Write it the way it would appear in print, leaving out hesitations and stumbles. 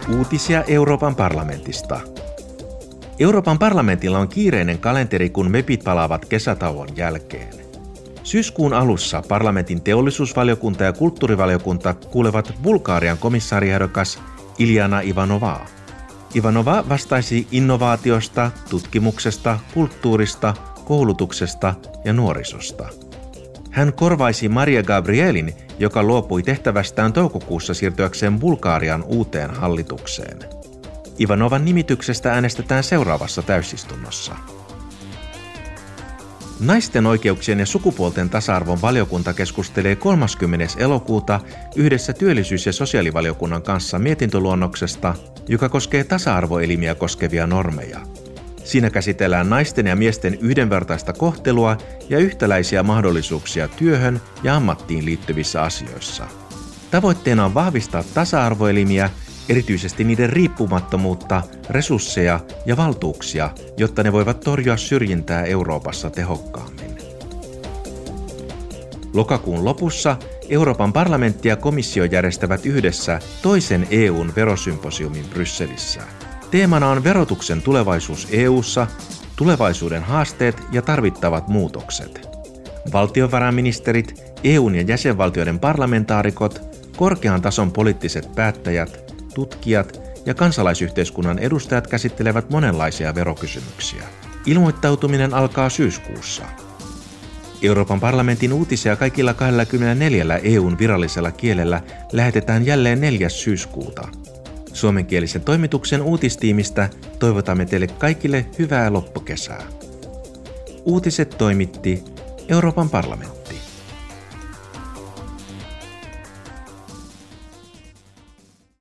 Uutisia Euroopan parlamentista. Euroopan parlamentilla on kiireinen kalenteri, kun MEPit palaavat kesätauon jälkeen. Syyskuun alussa parlamentin teollisuusvaliokunta ja kulttuurivaliokunta kuulevat Bulgarian komissaariehdokas Iliana Ivanovaa. Ivanova vastaisi innovaatiosta, tutkimuksesta, kulttuurista, koulutuksesta ja nuorisosta. Hän korvaisi Maria Gabrielin, joka luopui tehtävästään toukokuussa siirtyäkseen Bulgarian uuteen hallitukseen. Ivanovan nimityksestä äänestetään seuraavassa täysistunnossa. Naisten oikeuksien ja sukupuolten tasa-arvon valiokunta keskustelee 30. elokuuta yhdessä työllisyys- ja sosiaalivaliokunnan kanssa mietintöluonnoksesta, joka koskee tasa-arvoelimiä koskevia normeja. Siinä käsitellään naisten ja miesten yhdenvertaista kohtelua ja yhtäläisiä mahdollisuuksia työhön ja ammattiin liittyvissä asioissa. Tavoitteena on vahvistaa tasa-arvoelimiä, erityisesti niiden riippumattomuutta, resursseja ja valtuuksia, jotta ne voivat torjua syrjintää Euroopassa tehokkaammin. Lokakuun lopussa Euroopan parlamentti ja komissio järjestävät yhdessä toisen EU:n verosymposiumin Brysselissä. Teemana on verotuksen tulevaisuus EU:ssa, tulevaisuuden haasteet ja tarvittavat muutokset. Valtiovarainministerit, EU:n ja jäsenvaltioiden parlamentaarikot, korkean tason poliittiset päättäjät, tutkijat ja kansalaisyhteiskunnan edustajat käsittelevät monenlaisia verokysymyksiä. Ilmoittautuminen alkaa syyskuussa. Euroopan parlamentin uutisia kaikilla 24 EU:n virallisella kielellä lähetetään jälleen 4. syyskuuta. Suomenkielisen toimituksen uutistiimistä toivotamme teille kaikille hyvää loppukesää. Uutiset toimitti Euroopan parlamentti.